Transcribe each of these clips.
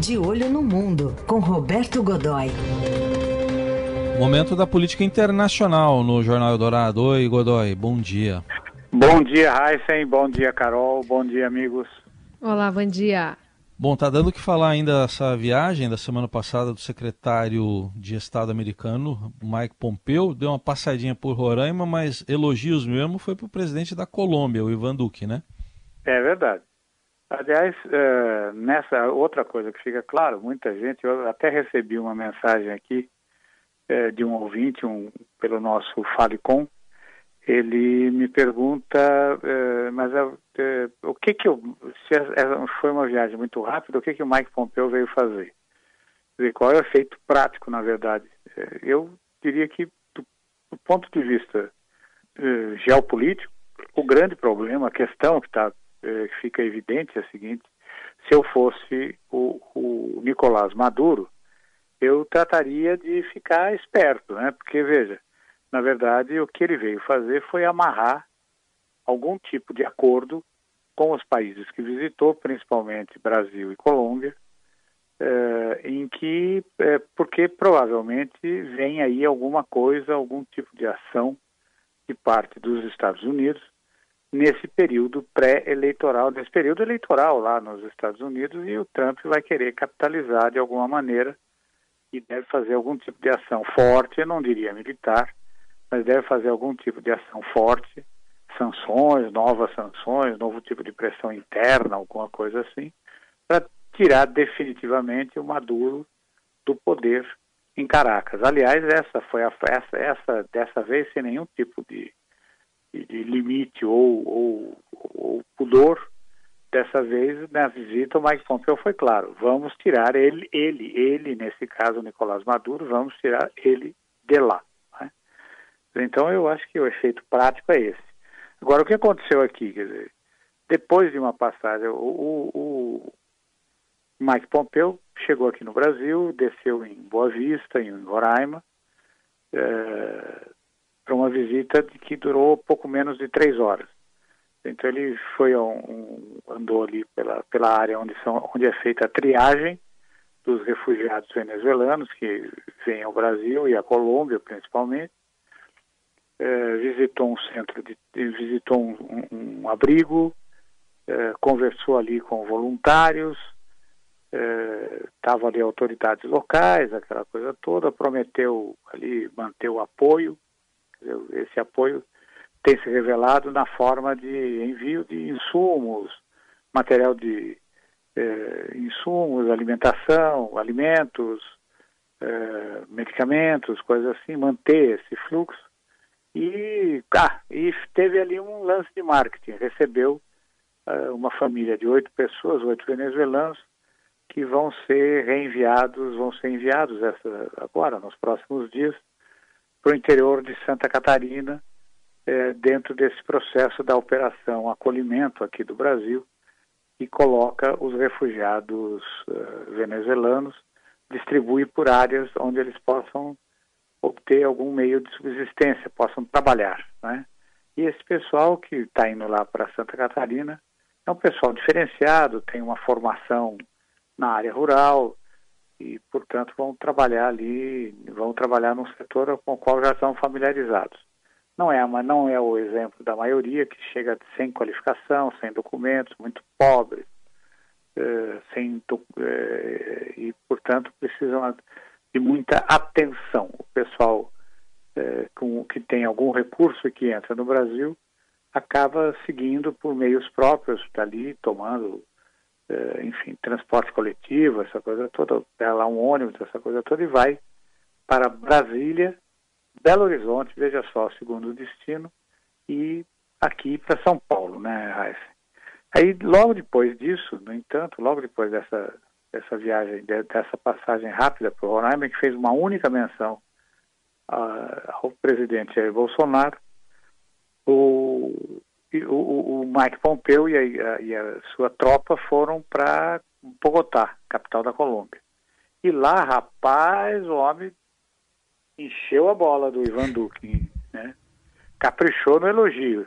De Olho no Mundo, com Roberto Godoy. Momento da política internacional no Jornal Eldorado. Oi, Godoy, bom dia. Bom dia, Heisen, bom dia, Carol, bom dia, amigos. Olá, bom dia. Bom, tá dando o que falar ainda essa viagem da semana passada do secretário de Estado americano, Mike Pompeo, deu uma passadinha por Roraima, mas elogios mesmo foi para o presidente da Colômbia, o Ivan Duque, né? É verdade. Aliás, nessa outra coisa que fica claro, muita gente, eu até recebi uma mensagem aqui de um ouvinte, pelo nosso Falecom, ele me pergunta, o que se foi uma viagem muito rápida, o que o Mike Pompeo veio fazer? Quer dizer, qual é o efeito prático, na verdade? Eu diria que, do ponto de vista geopolítico, o grande problema, a questão que fica evidente é a seguinte: se eu fosse o Nicolás Maduro, eu trataria de ficar esperto, né? Porque, veja, na verdade, o que ele veio fazer foi amarrar algum tipo de acordo com os países que visitou, principalmente Brasil e Colômbia, porque provavelmente vem aí alguma coisa, algum tipo de ação de parte dos Estados Unidos nesse período pré-eleitoral, nesse período eleitoral lá nos Estados Unidos, e o Trump vai querer capitalizar de alguma maneira e deve fazer algum tipo de ação forte, eu não diria militar, mas deve fazer algum tipo de ação forte, sanções, novas sanções, novo tipo de pressão interna, alguma coisa assim, para tirar definitivamente o Maduro do poder em Caracas. Aliás, essa foi dessa vez sem nenhum tipo de limite ou pudor. Dessa vez, na visita, o Mike Pompeo foi claro: vamos tirar ele, nesse caso, o Nicolás Maduro, vamos tirar ele de lá. Né? Então, eu acho que o efeito prático é esse. Agora, o que aconteceu aqui? Quer dizer, depois de uma passagem, o Mike Pompeo chegou aqui no Brasil, desceu em Boa Vista, em Roraima, para uma visita que durou pouco menos de 3 horas. Então ele andou ali pela área onde é feita a triagem dos refugiados venezuelanos que vêm ao Brasil e à Colômbia principalmente. Visitou visitou um abrigo, conversou ali com voluntários, estava ali autoridades locais, aquela coisa toda, prometeu ali manter o apoio. Esse apoio tem se revelado na forma de envio de insumos, material de insumos, alimentação, alimentos, medicamentos, coisas assim, manter esse fluxo. E teve ali um lance de marketing, recebeu uma família de 8 pessoas, 8 venezuelanos, que vão ser enviados agora, nos próximos dias, para o interior de Santa Catarina, dentro desse processo da Operação Acolhimento aqui do Brasil, que coloca os refugiados venezuelanos, distribui por áreas onde eles possam obter algum meio de subsistência, possam trabalhar, né? E esse pessoal que está indo lá para Santa Catarina é um pessoal diferenciado, tem uma formação na área rural e, portanto, vão trabalhar num setor com o qual já estão familiarizados. Não é o exemplo da maioria que chega sem qualificação, sem documentos, muito pobres, e, portanto, precisam de muita atenção. O pessoal que tem algum recurso e que entra no Brasil acaba seguindo por meios próprios, dali tomando, transporte coletivo, essa coisa toda, pega lá um ônibus, essa coisa toda, e vai para Brasília, Belo Horizonte, veja só, segundo o destino, e aqui para São Paulo, né, Raíssa? Aí, logo depois disso, no entanto, logo depois dessa viagem, dessa passagem rápida para o Roraima, que fez uma única menção ao presidente Jair Bolsonaro, o Mike Pompeo e a sua tropa foram para Bogotá, capital da Colômbia. E lá, rapaz, o homem encheu a bola do Ivan Duque, né? Caprichou no elogio.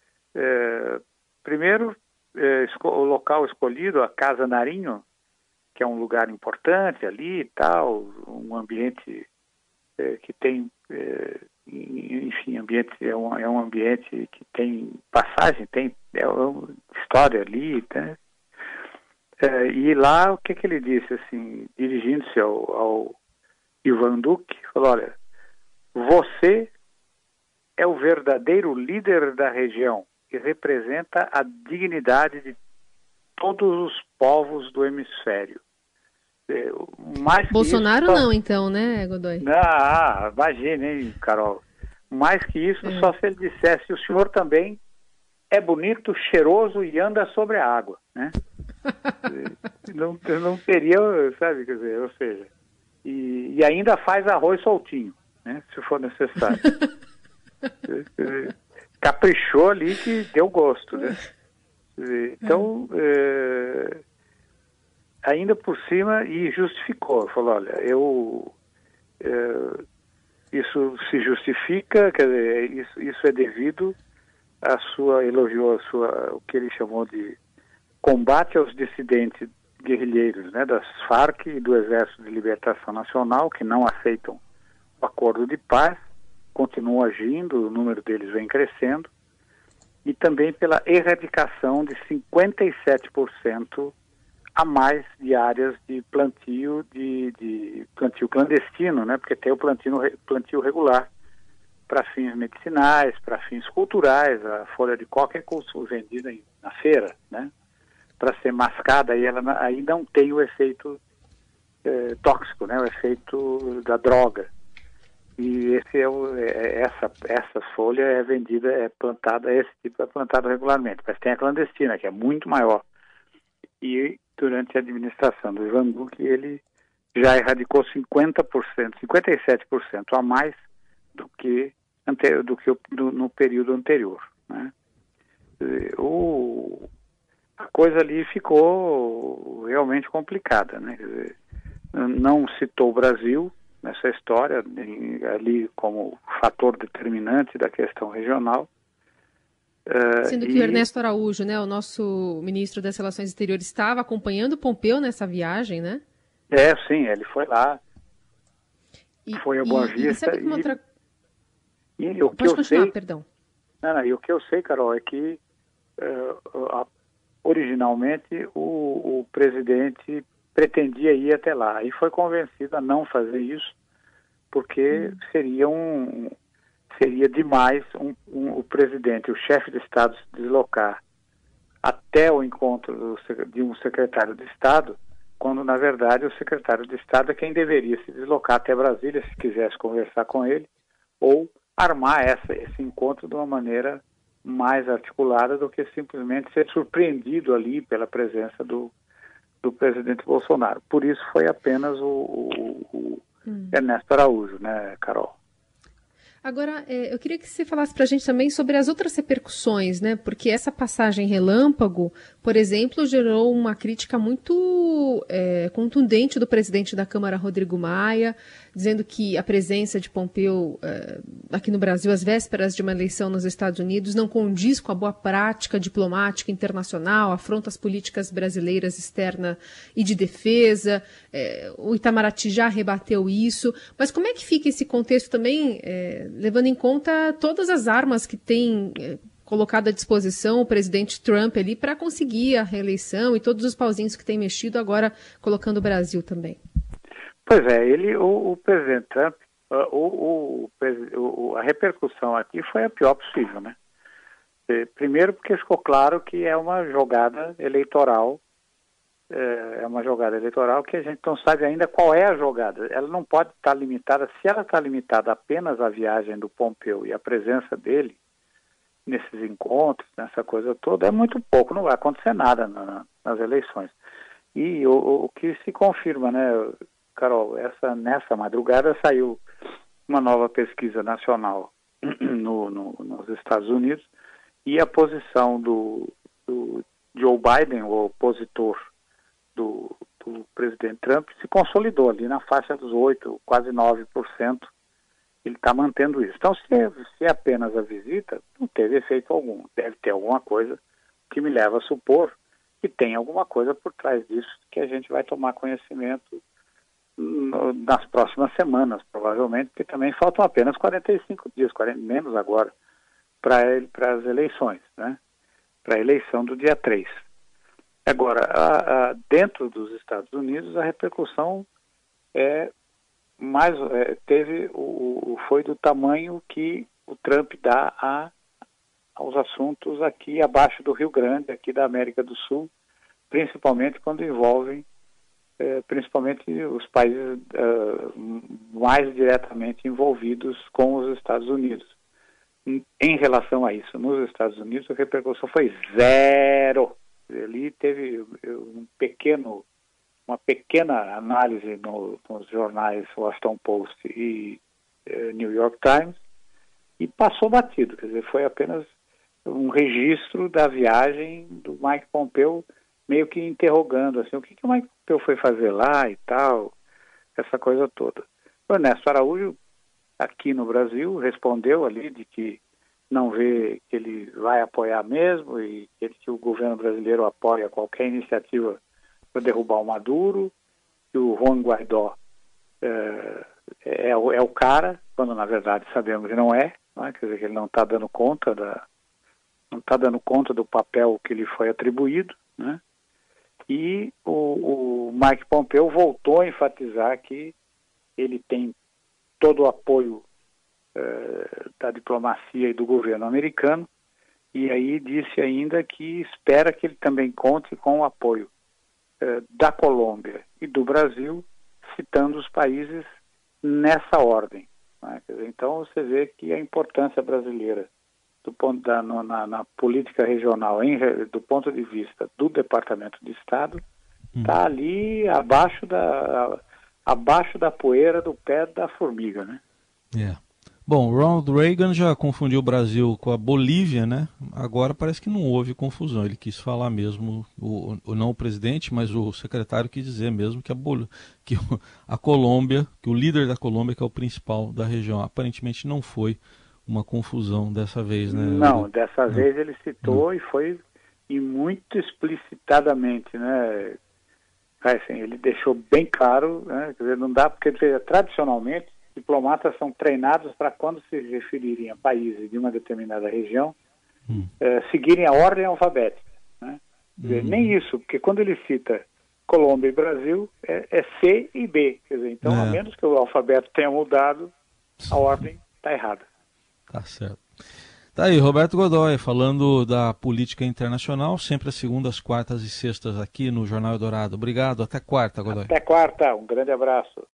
Primeiro, o local escolhido, a Casa Narinho, que é um lugar importante ali e tal, um ambiente que tem, enfim, é um ambiente que tem passagem, tem uma história ali, né? E lá, o que ele disse, assim, dirigindo-se ao Ivan Duque, falou, olha, você é o verdadeiro líder da região que representa a dignidade de todos os povos do hemisfério. Mais Bolsonaro que isso, não, então, né, Godoy? Imagine, hein, Carol. Mais que isso, só se ele dissesse, o senhor também é bonito, cheiroso e anda sobre a água, né? não teria, sabe, quer dizer, ou seja, e ainda faz arroz soltinho, né, se for necessário. Caprichou ali que deu gosto, né? Então, ainda por cima, e justificou, falou, olha, isso se justifica, quer dizer, isso é devido à elogiou o que ele chamou de combate aos dissidentes guerrilheiros, né, das Farc e do Exército de Libertação Nacional, que não aceitam o acordo de paz, continuam agindo, o número deles vem crescendo, e também pela erradicação de 57% a mais de áreas de plantio, de plantio clandestino, né, porque tem o plantio regular para fins medicinais, para fins culturais, a folha de coca é vendida na feira, né, para ser mascada, e ela aí não tem o efeito tóxico, né, o efeito da droga. E essa folha é vendida, esse tipo é plantado regularmente, mas tem a clandestina, que é muito maior. E durante a administração do Ivan Duque, ele já erradicou 57% a mais do que no período anterior, né? A coisa ali ficou realmente complicada, né? Quer dizer, não citou o Brasil nessa história, ali como fator determinante da questão regional. Sendo que o Ernesto Araújo, né, o nosso ministro das Relações Exteriores, estava acompanhando Pompeu nessa viagem, né? Sim, ele foi lá. Foi a Boa Vista. E sabe que uma outra... Pode continuar, perdão. E o que eu sei, Carol, é que originalmente o presidente pretendia ir até lá e foi convencido a não fazer isso porque seria demais o presidente, o chefe de Estado se deslocar até o encontro de um secretário de Estado, quando na verdade o secretário de Estado é quem deveria se deslocar até Brasília se quisesse conversar com ele ou armar esse encontro de uma maneira mais articulada do que simplesmente ser surpreendido ali pela presença do presidente Bolsonaro. Por isso foi apenas o Ernesto Araújo, né, Carol? Agora, eu queria que você falasse para a gente também sobre as outras repercussões, né? Porque essa passagem relâmpago, por exemplo, gerou uma crítica muito contundente do presidente da Câmara, Rodrigo Maia, dizendo que a presença de Pompeu aqui no Brasil, às vésperas de uma eleição nos Estados Unidos, não condiz com a boa prática diplomática internacional, afronta as políticas brasileiras externa e de defesa. O Itamaraty já rebateu isso. Mas como é que fica esse contexto também, levando em conta todas as armas que tem colocado à disposição o presidente Trump ali para conseguir a reeleição e todos os pauzinhos que tem mexido agora colocando o Brasil também? Pois é, o presidente Trump, a repercussão aqui foi a pior possível, né? Primeiro porque ficou claro que é uma jogada eleitoral, que a gente não sabe ainda qual é a jogada. Ela não pode estar limitada, se ela está limitada apenas à viagem do Pompeu e à presença dele nesses encontros, nessa coisa toda, é muito pouco, não vai acontecer nada nas eleições. E o que se confirma, né, Carol, nessa madrugada saiu uma nova pesquisa nacional nos Estados Unidos e a posição do Joe Biden, o opositor do presidente Trump, se consolidou ali na faixa dos 8%, quase 9%. Ele está mantendo isso. Então, se é apenas a visita, não teve efeito algum. Deve ter alguma coisa que me leva a supor, que tem alguma coisa por trás disso que a gente vai tomar conhecimento nas próximas semanas, provavelmente, porque também faltam apenas 45 dias, menos agora, para as eleições, né? Para a eleição do dia 3. Agora, dentro dos Estados Unidos, a repercussão foi do tamanho que o Trump dá aos assuntos aqui abaixo do Rio Grande, aqui da América do Sul, principalmente quando envolvem principalmente os países mais diretamente envolvidos com os Estados Unidos. Em relação a isso, nos Estados Unidos a repercussão foi zero. Ali teve uma pequena análise nos jornais Washington Post e New York Times e passou batido, quer dizer, foi apenas um registro da viagem do Mike Pompeo, meio que interrogando, assim, o que o Mike Pompeo foi fazer lá e tal, essa coisa toda. O Ernesto Araújo, aqui no Brasil, respondeu ali de que não vê que ele vai apoiar mesmo e que o governo brasileiro apoia qualquer iniciativa para derrubar o Maduro, que o Juan Guaidó é o cara, quando na verdade sabemos que não é, quer dizer, que ele não está dando conta do papel que lhe foi atribuído, né? E o Mike Pompeo voltou a enfatizar que ele tem todo o apoio da diplomacia e do governo americano, e aí disse ainda que espera que ele também conte com o apoio da Colômbia e do Brasil, citando os países nessa ordem, né? Quer dizer, então você vê que a importância brasileira na política regional, do ponto de vista do Departamento de Estado, está ali abaixo da poeira do pé da formiga, né? Bom, Ronald Reagan já confundiu o Brasil com a Bolívia, né? Agora parece que não houve confusão. Ele quis falar mesmo, não o presidente, mas o secretário quis dizer mesmo que a Colômbia, que o líder da Colômbia, que é o principal da região, aparentemente não foi uma confusão dessa vez, né? Não, dessa vez ele citou e muito explicitadamente, né? Assim, ele deixou bem claro, né? Quer dizer, não dá, porque tradicionalmente diplomatas são treinados para, quando se referirem a países de uma determinada região, seguirem a ordem alfabética, né? Quer dizer, nem isso, porque quando ele cita Colômbia e Brasil, é C e B. Quer dizer, então, a menos que o alfabeto tenha mudado, a ordem está errada. Tá certo. Tá aí, Roberto Godoy, falando da política internacional, sempre às segundas, quartas e sextas aqui no Jornal Eldorado. Obrigado, até quarta, Godoy. Até quarta, um grande abraço.